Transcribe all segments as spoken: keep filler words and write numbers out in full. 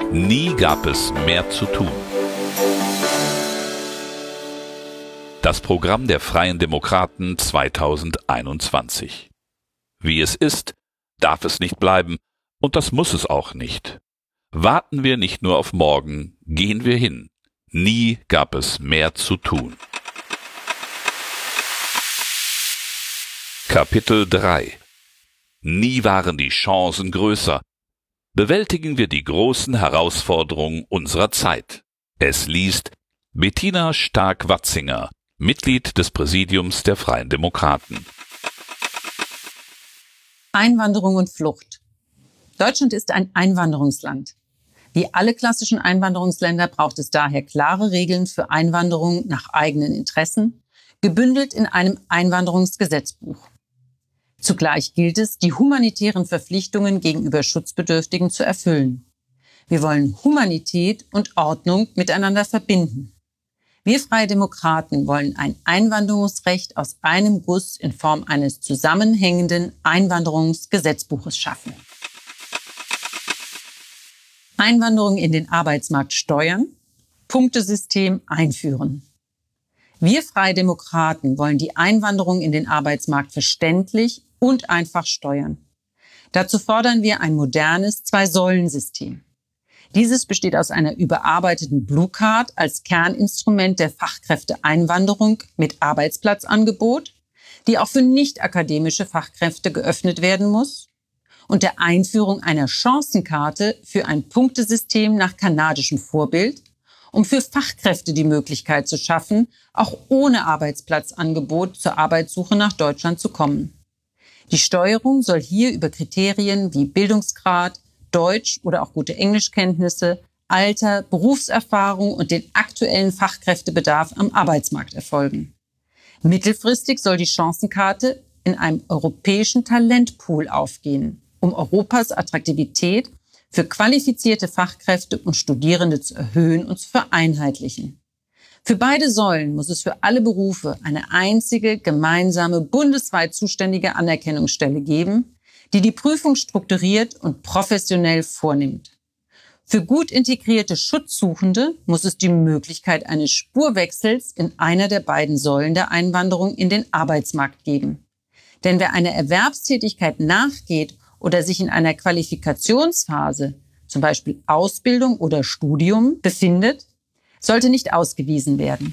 Nie gab es mehr zu tun. Das Programm der Freien Demokraten zweitausendeinundzwanzig. Wie es ist, darf es nicht bleiben, und das muss es auch nicht. Warten wir nicht nur auf morgen, gehen wir hin. Nie gab es mehr zu tun. Kapitel drei. Nie waren die Chancen größer. Bewältigen wir die großen Herausforderungen unserer Zeit. Es liest Bettina Stark-Watzinger, Mitglied des Präsidiums der Freien Demokraten. Einwanderung und Flucht. Deutschland ist ein Einwanderungsland. Wie alle klassischen Einwanderungsländer braucht es daher klare Regeln für Einwanderung nach eigenen Interessen, gebündelt in einem Einwanderungsgesetzbuch. Zugleich gilt es, die humanitären Verpflichtungen gegenüber Schutzbedürftigen zu erfüllen. Wir wollen Humanität und Ordnung miteinander verbinden. Wir Freie Demokraten wollen ein Einwanderungsrecht aus einem Guss in Form eines zusammenhängenden Einwanderungsgesetzbuches schaffen. Einwanderung in den Arbeitsmarkt steuern, Punktesystem einführen. Wir Freie Demokraten wollen die Einwanderung in den Arbeitsmarkt verständlich und einfach steuern. Dazu fordern wir ein modernes Zwei-Säulen-System. Dieses besteht aus einer überarbeiteten Blue Card als Kerninstrument der Fachkräfteeinwanderung mit Arbeitsplatzangebot, die auch für nicht-akademische Fachkräfte geöffnet werden muss, und der Einführung einer Chancenkarte für ein Punktesystem nach kanadischem Vorbild, um für Fachkräfte die Möglichkeit zu schaffen, auch ohne Arbeitsplatzangebot zur Arbeitssuche nach Deutschland zu kommen. Die Steuerung soll hier über Kriterien wie Bildungsgrad, Deutsch oder auch gute Englischkenntnisse, Alter, Berufserfahrung und den aktuellen Fachkräftebedarf am Arbeitsmarkt erfolgen. Mittelfristig soll die Chancenkarte in einem europäischen Talentpool aufgehen, um Europas Attraktivität für qualifizierte Fachkräfte und Studierende zu erhöhen und zu vereinheitlichen. Für beide Säulen muss es für alle Berufe eine einzige, gemeinsame, bundesweit zuständige Anerkennungsstelle geben, die die Prüfung strukturiert und professionell vornimmt. Für gut integrierte Schutzsuchende muss es die Möglichkeit eines Spurwechsels in einer der beiden Säulen der Einwanderung in den Arbeitsmarkt geben. Denn wer einer Erwerbstätigkeit nachgeht oder sich in einer Qualifikationsphase, zum Beispiel Ausbildung oder Studium, befindet, sollte nicht ausgewiesen werden.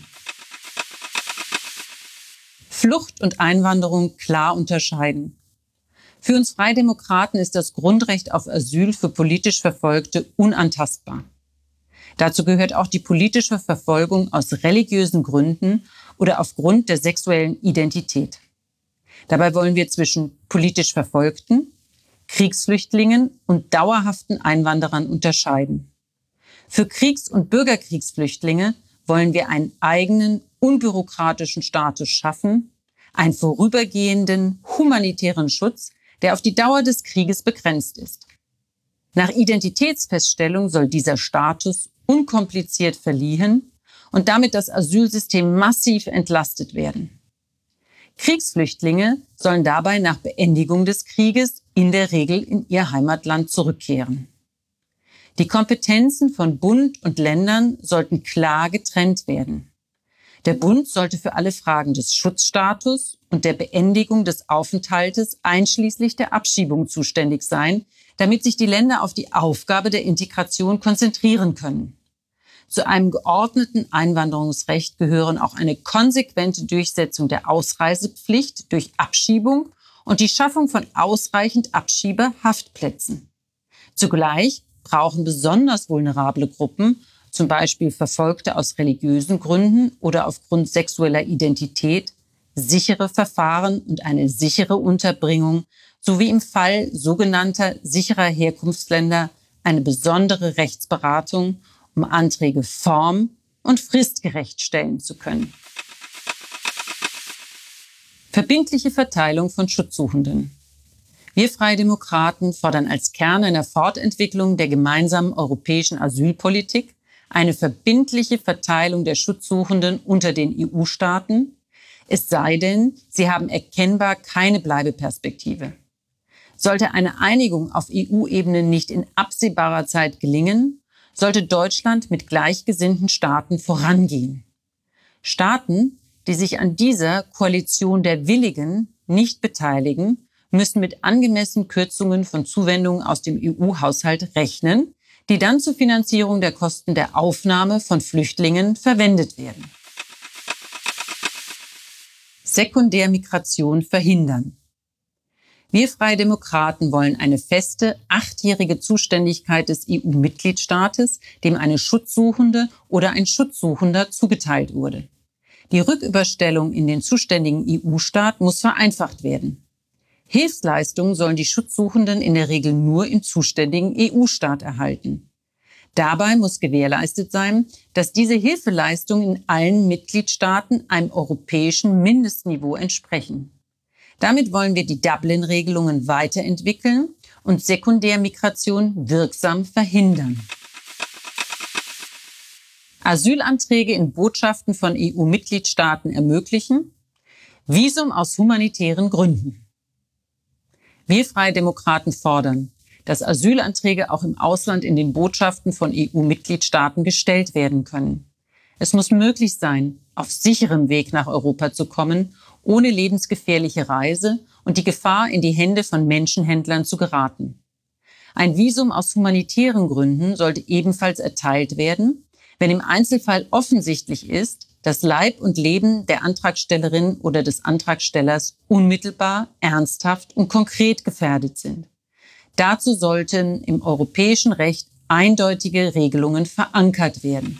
Flucht und Einwanderung klar unterscheiden. Für uns Freie Demokraten ist das Grundrecht auf Asyl für politisch Verfolgte unantastbar. Dazu gehört auch die politische Verfolgung aus religiösen Gründen oder aufgrund der sexuellen Identität. Dabei wollen wir zwischen politisch Verfolgten, Kriegsflüchtlingen und dauerhaften Einwanderern unterscheiden. Für Kriegs- und Bürgerkriegsflüchtlinge wollen wir einen eigenen, unbürokratischen Status schaffen, einen vorübergehenden, humanitären Schutz, der auf die Dauer des Krieges begrenzt ist. Nach Identitätsfeststellung soll dieser Status unkompliziert verliehen und damit das Asylsystem massiv entlastet werden. Kriegsflüchtlinge sollen dabei nach Beendigung des Krieges in der Regel in ihr Heimatland zurückkehren. Die Kompetenzen von Bund und Ländern sollten klar getrennt werden. Der Bund sollte für alle Fragen des Schutzstatus und der Beendigung des Aufenthaltes einschließlich der Abschiebung zuständig sein, damit sich die Länder auf die Aufgabe der Integration konzentrieren können. Zu einem geordneten Einwanderungsrecht gehören auch eine konsequente Durchsetzung der Ausreisepflicht durch Abschiebung und die Schaffung von ausreichend Abschiebehaftplätzen. Zugleich brauchen besonders vulnerable Gruppen, zum Beispiel Verfolgte aus religiösen Gründen oder aufgrund sexueller Identität, sichere Verfahren und eine sichere Unterbringung sowie im Fall sogenannter sicherer Herkunftsländer eine besondere Rechtsberatung, um Anträge form- und fristgerecht stellen zu können. Verbindliche Verteilung von Schutzsuchenden. Wir Freie Demokraten fordern als Kern einer Fortentwicklung der gemeinsamen europäischen Asylpolitik eine verbindliche Verteilung der Schutzsuchenden unter den E U-Staaten, es sei denn, sie haben erkennbar keine Bleibeperspektive. Sollte eine Einigung auf E U-Ebene nicht in absehbarer Zeit gelingen, sollte Deutschland mit gleichgesinnten Staaten vorangehen. Staaten, die sich an dieser Koalition der Willigen nicht beteiligen, müssen mit angemessenen Kürzungen von Zuwendungen aus dem E U-Haushalt rechnen, die dann zur Finanzierung der Kosten der Aufnahme von Flüchtlingen verwendet werden. Sekundärmigration verhindern. Wir Freie Demokraten wollen eine feste, achtjährige Zuständigkeit des E U-Mitgliedstaates, dem eine Schutzsuchende oder ein Schutzsuchender zugeteilt wurde. Die Rücküberstellung in den zuständigen E U-Staat muss vereinfacht werden. Hilfsleistungen sollen die Schutzsuchenden in der Regel nur im zuständigen E U-Staat erhalten. Dabei muss gewährleistet sein, dass diese Hilfeleistungen in allen Mitgliedstaaten einem europäischen Mindestniveau entsprechen. Damit wollen wir die Dublin-Regelungen weiterentwickeln und Sekundärmigration wirksam verhindern. Asylanträge in Botschaften von E U-Mitgliedstaaten ermöglichen. Visum aus humanitären Gründen. Wir Freie Demokraten fordern, dass Asylanträge auch im Ausland in den Botschaften von E U-Mitgliedstaaten gestellt werden können. Es muss möglich sein, auf sicherem Weg nach Europa zu kommen, ohne lebensgefährliche Reise und die Gefahr, in die Hände von Menschenhändlern zu geraten. Ein Visum aus humanitären Gründen sollte ebenfalls erteilt werden, wenn im Einzelfall offensichtlich ist, dass Leib und Leben der Antragstellerin oder des Antragstellers unmittelbar, ernsthaft und konkret gefährdet sind. Dazu sollten im europäischen Recht eindeutige Regelungen verankert werden.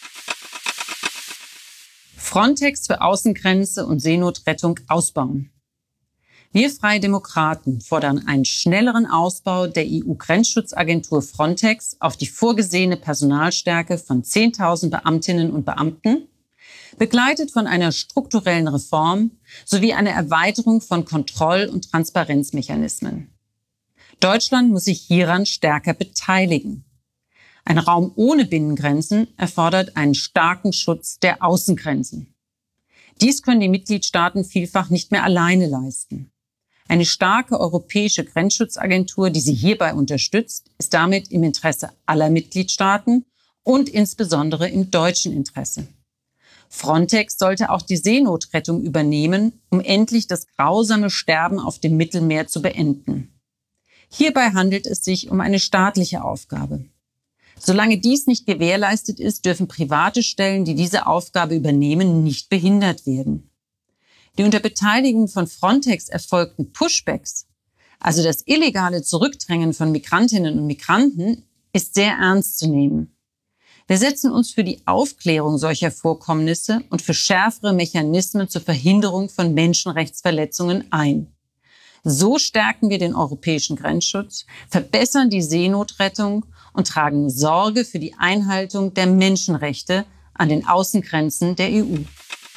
Frontex für Außengrenze und Seenotrettung ausbauen. Wir Freie Demokraten fordern einen schnelleren Ausbau der E U-Grenzschutzagentur Frontex auf die vorgesehene Personalstärke von zehntausend Beamtinnen und Beamten, begleitet von einer strukturellen Reform sowie einer Erweiterung von Kontroll- und Transparenzmechanismen. Deutschland muss sich hieran stärker beteiligen. Ein Raum ohne Binnengrenzen erfordert einen starken Schutz der Außengrenzen. Dies können die Mitgliedstaaten vielfach nicht mehr alleine leisten. Eine starke europäische Grenzschutzagentur, die sie hierbei unterstützt, ist damit im Interesse aller Mitgliedstaaten und insbesondere im deutschen Interesse. Frontex sollte auch die Seenotrettung übernehmen, um endlich das grausame Sterben auf dem Mittelmeer zu beenden. Hierbei handelt es sich um eine staatliche Aufgabe. Solange dies nicht gewährleistet ist, dürfen private Stellen, die diese Aufgabe übernehmen, nicht behindert werden. Die unter Beteiligung von Frontex erfolgten Pushbacks, also das illegale Zurückdrängen von Migrantinnen und Migranten, ist sehr ernst zu nehmen. Wir setzen uns für die Aufklärung solcher Vorkommnisse und für schärfere Mechanismen zur Verhinderung von Menschenrechtsverletzungen ein. So stärken wir den europäischen Grenzschutz, verbessern die Seenotrettung und tragen Sorge für die Einhaltung der Menschenrechte an den Außengrenzen der E U.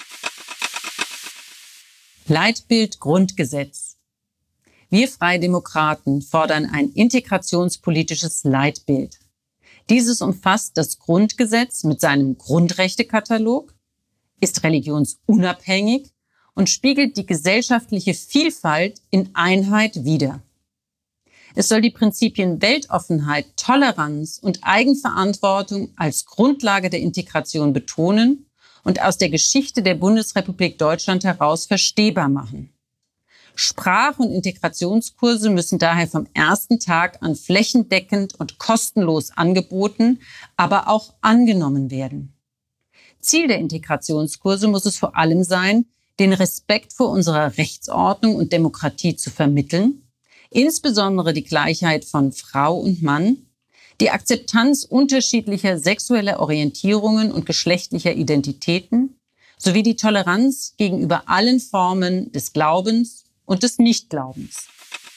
Leitbild Grundgesetz. Wir Freie Demokraten fordern ein integrationspolitisches Leitbild. Dieses umfasst das Grundgesetz mit seinem Grundrechtekatalog, ist religionsunabhängig und spiegelt die gesellschaftliche Vielfalt in Einheit wider. Es soll die Prinzipien Weltoffenheit, Toleranz und Eigenverantwortung als Grundlage der Integration betonen und aus der Geschichte der Bundesrepublik Deutschland heraus verstehbar machen. Sprach- und Integrationskurse müssen daher vom ersten Tag an flächendeckend und kostenlos angeboten, aber auch angenommen werden. Ziel der Integrationskurse muss es vor allem sein, den Respekt vor unserer Rechtsordnung und Demokratie zu vermitteln, insbesondere die Gleichheit von Frau und Mann, die Akzeptanz unterschiedlicher sexueller Orientierungen und geschlechtlicher Identitäten sowie die Toleranz gegenüber allen Formen des Glaubens und des Nichtglaubens.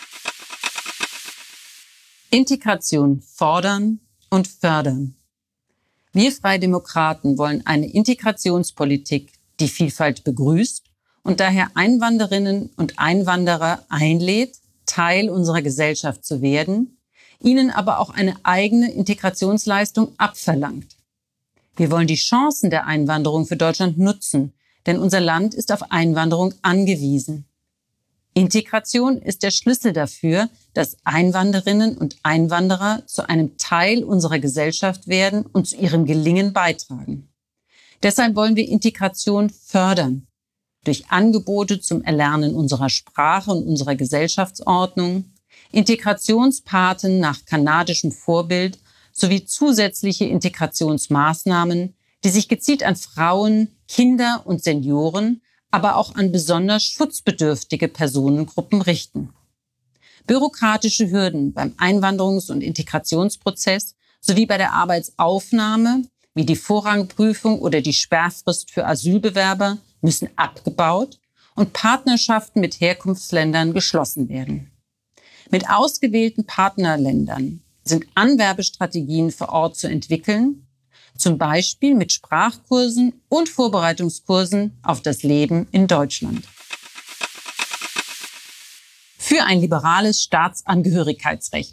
Integration fordern und fördern. Wir Freie Demokraten wollen eine Integrationspolitik, die Vielfalt begrüßt und daher Einwanderinnen und Einwanderer einlädt, Teil unserer Gesellschaft zu werden, ihnen aber auch eine eigene Integrationsleistung abverlangt. Wir wollen die Chancen der Einwanderung für Deutschland nutzen, denn unser Land ist auf Einwanderung angewiesen. Integration ist der Schlüssel dafür, dass Einwanderinnen und Einwanderer zu einem Teil unserer Gesellschaft werden und zu ihrem Gelingen beitragen. Deshalb wollen wir Integration fördern, durch Angebote zum Erlernen unserer Sprache und unserer Gesellschaftsordnung, Integrationspaten nach kanadischem Vorbild sowie zusätzliche Integrationsmaßnahmen, die sich gezielt an Frauen, Kinder und Senioren, aber auch an besonders schutzbedürftige Personengruppen richten. Bürokratische Hürden beim Einwanderungs- und Integrationsprozess sowie bei der Arbeitsaufnahme, wie die Vorrangprüfung oder die Sperrfrist für Asylbewerber, müssen abgebaut und Partnerschaften mit Herkunftsländern geschlossen werden. Mit ausgewählten Partnerländern sind Anwerbestrategien vor Ort zu entwickeln, zum Beispiel mit Sprachkursen und Vorbereitungskursen auf das Leben in Deutschland. Für ein liberales Staatsangehörigkeitsrecht.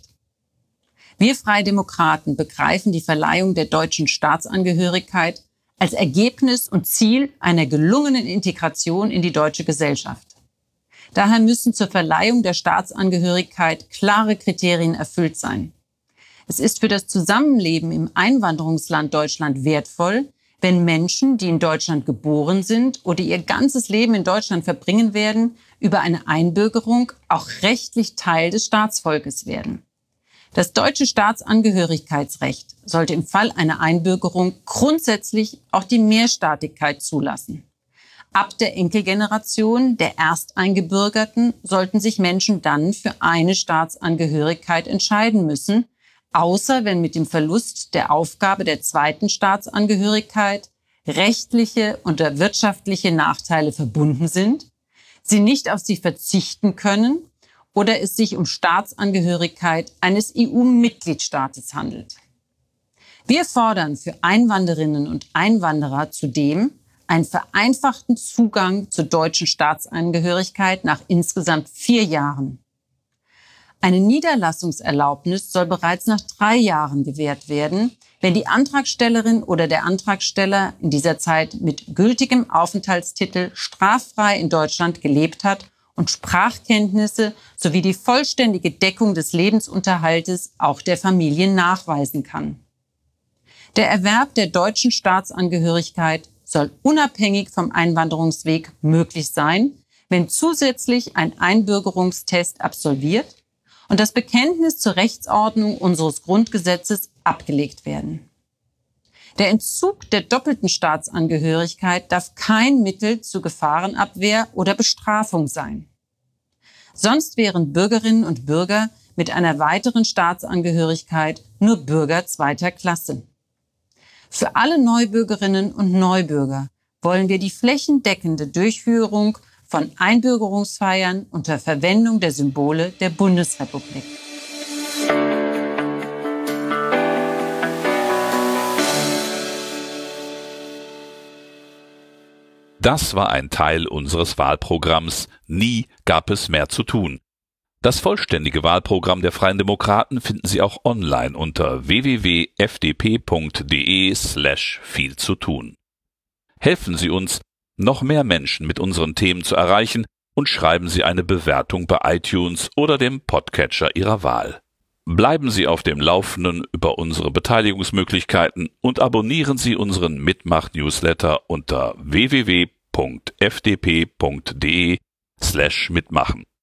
Wir Freie Demokraten begreifen die Verleihung der deutschen Staatsangehörigkeit als Ergebnis und Ziel einer gelungenen Integration in die deutsche Gesellschaft. Daher müssen zur Verleihung der Staatsangehörigkeit klare Kriterien erfüllt sein. Es ist für das Zusammenleben im Einwanderungsland Deutschland wertvoll, wenn Menschen, die in Deutschland geboren sind oder ihr ganzes Leben in Deutschland verbringen werden, über eine Einbürgerung auch rechtlich Teil des Staatsvolkes werden. Das deutsche Staatsangehörigkeitsrecht sollte im Fall einer Einbürgerung grundsätzlich auch die Mehrstaatigkeit zulassen. Ab der Enkelgeneration der Ersteingebürgerten sollten sich Menschen dann für eine Staatsangehörigkeit entscheiden müssen, außer wenn mit dem Verlust der Aufgabe der zweiten Staatsangehörigkeit rechtliche oder wirtschaftliche Nachteile verbunden sind, sie nicht auf sie verzichten können oder es sich um Staatsangehörigkeit eines E U-Mitgliedstaates handelt. Wir fordern für Einwanderinnen und Einwanderer zudem einen vereinfachten Zugang zur deutschen Staatsangehörigkeit nach insgesamt vier Jahren. Eine Niederlassungserlaubnis soll bereits nach drei Jahren gewährt werden, wenn die Antragstellerin oder der Antragsteller in dieser Zeit mit gültigem Aufenthaltstitel straffrei in Deutschland gelebt hat und Sprachkenntnisse sowie die vollständige Deckung des Lebensunterhaltes auch der Familie nachweisen kann. Der Erwerb der deutschen Staatsangehörigkeit soll unabhängig vom Einwanderungsweg möglich sein, wenn zusätzlich ein Einbürgerungstest absolviert und das Bekenntnis zur Rechtsordnung unseres Grundgesetzes abgelegt werden. Der Entzug der doppelten Staatsangehörigkeit darf kein Mittel zur Gefahrenabwehr oder Bestrafung sein. Sonst wären Bürgerinnen und Bürger mit einer weiteren Staatsangehörigkeit nur Bürger zweiter Klasse. Für alle Neubürgerinnen und Neubürger wollen wir die flächendeckende Durchführung von Einbürgerungsfeiern unter Verwendung der Symbole der Bundesrepublik. Das war ein Teil unseres Wahlprogramms Nie gab es mehr zu tun. Das vollständige Wahlprogramm der Freien Demokraten finden Sie auch online unter w w w punkt f d p punkt d e slash viel zu tun. Helfen Sie uns, noch mehr Menschen mit unseren Themen zu erreichen und schreiben Sie eine Bewertung bei iTunes oder dem Podcatcher Ihrer Wahl. Bleiben Sie auf dem Laufenden über unsere Beteiligungsmöglichkeiten und abonnieren Sie unseren Mitmach-Newsletter unter w w w punkt f d p punkt d e slash mitmachen.